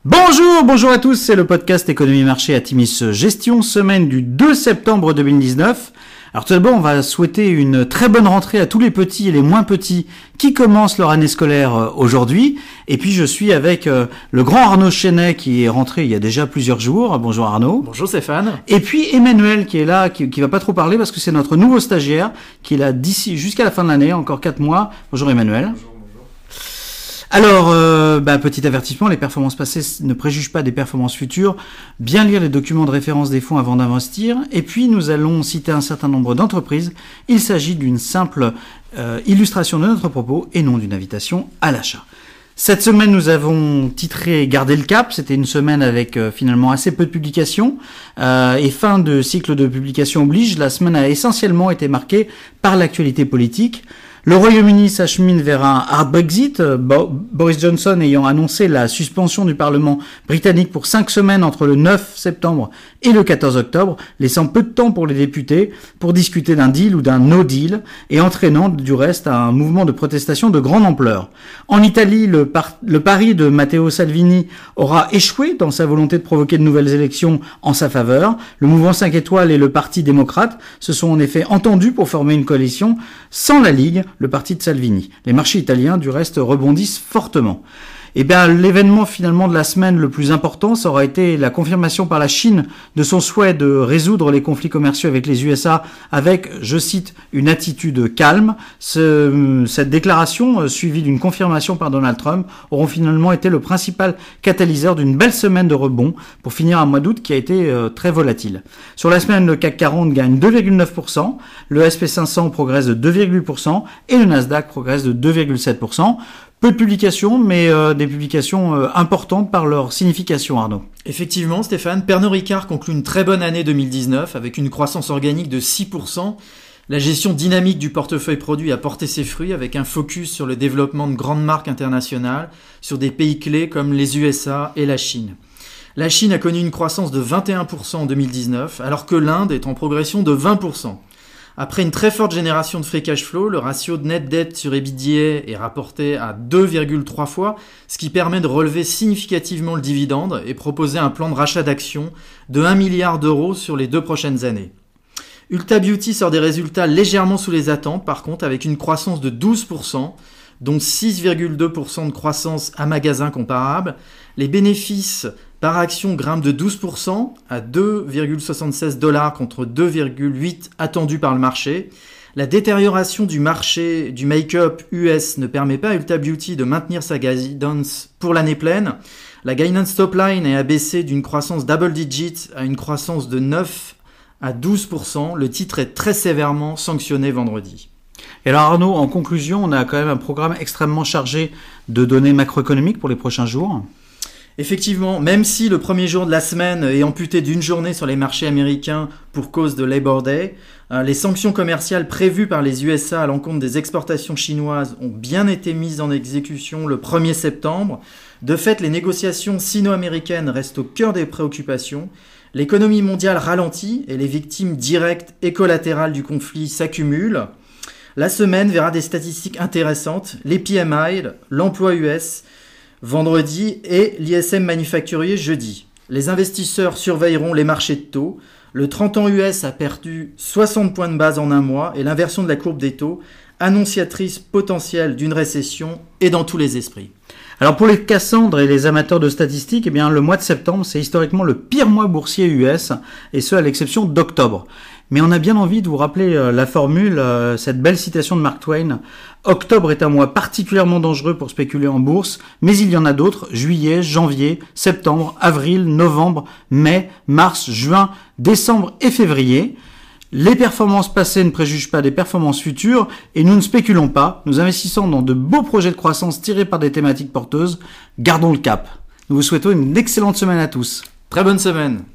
Bonjour à tous, c'est le podcast Économie Marché Atimis Gestion, semaine du 2 septembre 2019. Alors tout d'abord, on va souhaiter une très bonne rentrée à tous les petits et les moins petits qui commencent leur année scolaire aujourd'hui. Et puis je suis avec le grand Arnaud Chenet qui est rentré il y a déjà plusieurs jours. Bonjour Arnaud. Bonjour Stéphane. Et puis Emmanuel qui est là, qui va pas trop parler parce que c'est notre nouveau stagiaire qui est là d'ici jusqu'à la fin de l'année, encore 4 mois. Bonjour Emmanuel. Bonjour. Alors, petit avertissement, les performances passées ne préjugent pas des performances futures. Bien lire les documents de référence des fonds avant d'investir. Et puis, nous allons citer un certain nombre d'entreprises. Il s'agit d'une simple illustration de notre propos et non d'une invitation à l'achat. Cette semaine, nous avons titré « Garder le cap ». C'était une semaine avec finalement assez peu de publications. Et fin de cycle de publication oblige, la semaine a essentiellement été marquée par l'actualité politique. Le Royaume-Uni s'achemine vers un hard Brexit, Boris Johnson ayant annoncé la suspension du Parlement britannique pour 5 semaines entre le 9 septembre et le 14 octobre, laissant peu de temps pour les députés pour discuter d'un deal ou d'un no deal et entraînant du reste un mouvement de protestation de grande ampleur. En Italie, le pari de Matteo Salvini aura échoué dans sa volonté de provoquer de nouvelles élections en sa faveur. Le mouvement 5 étoiles et le Parti démocrate se sont en effet entendus pour former une coalition sans la Ligue, le parti de Salvini. Les marchés italiens, du reste, rebondissent fortement. Eh bien, l'événement finalement de la semaine le plus important, ça aura été la confirmation par la Chine de son souhait de résoudre les conflits commerciaux avec les USA avec, je cite, une attitude calme. Cette déclaration, suivie d'une confirmation par Donald Trump, auront finalement été le principal catalyseur d'une belle semaine de rebond pour finir un mois d'août qui a été très volatile. Sur la semaine, le CAC 40 gagne 2,9%, le SP500 progresse de 2,8% et le Nasdaq progresse de 2,7%. Peu de publications, mais des publications importantes par leur signification, Arnaud. Effectivement, Stéphane, Pernod Ricard conclut une très bonne année 2019 avec une croissance organique de 6%. La gestion dynamique du portefeuille produit a porté ses fruits avec un focus sur le développement de grandes marques internationales sur des pays clés comme les USA et la Chine. La Chine a connu une croissance de 21% en 2019, alors que l'Inde est en progression de 20%. Après une très forte génération de free cash flow, le ratio de net debt sur EBITDA est rapporté à 2,3 fois, ce qui permet de relever significativement le dividende et proposer un plan de rachat d'actions de 1 milliard d'euros sur les 2 prochaines années. Ulta Beauty sort des résultats légèrement sous les attentes, par contre, avec une croissance de 12%, dont 6,2% de croissance à magasin comparable. Les bénéfices par action grimpent de 12% à 2,76 $ contre 2,8 attendus par le marché. La détérioration du marché du make-up US ne permet pas à Ulta Beauty de maintenir sa guidance pour l'année pleine. La guidance top line est abaissée d'une croissance double digit à une croissance de 9 à 12%. Le titre est très sévèrement sanctionné vendredi. Et alors Arnaud, en conclusion, on a quand même un programme extrêmement chargé de données macroéconomiques pour les prochains jours. Effectivement, même si le premier jour de la semaine est amputé d'une journée sur les marchés américains pour cause de Labor Day, les sanctions commerciales prévues par les USA à l'encontre des exportations chinoises ont bien été mises en exécution le 1er septembre. De fait, les négociations sino-américaines restent au cœur des préoccupations. L'économie mondiale ralentit et les victimes directes et collatérales du conflit s'accumulent. La semaine verra des statistiques intéressantes, les PMI, l'emploi US, vendredi et l'ISM manufacturier jeudi. Les investisseurs surveilleront les marchés de taux. Le 30 ans US a perdu 60 points de base en un mois et l'inversion de la courbe des taux, annonciatrice potentielle d'une récession, est dans tous les esprits. Alors pour les Cassandres et les amateurs de statistiques, eh bien le mois de septembre, c'est historiquement le pire mois boursier US, et ce à l'exception d'octobre. Mais on a bien envie de vous rappeler la formule, cette belle citation de Mark Twain. Octobre est un mois particulièrement dangereux pour spéculer en bourse, mais il y en a d'autres, juillet, janvier, septembre, avril, novembre, mai, mars, juin, décembre et février. Les performances passées ne préjugent pas des performances futures et nous ne spéculons pas, nous investissons dans de beaux projets de croissance tirés par des thématiques porteuses. Gardons le cap. Nous vous souhaitons une excellente semaine à tous. Très bonne semaine.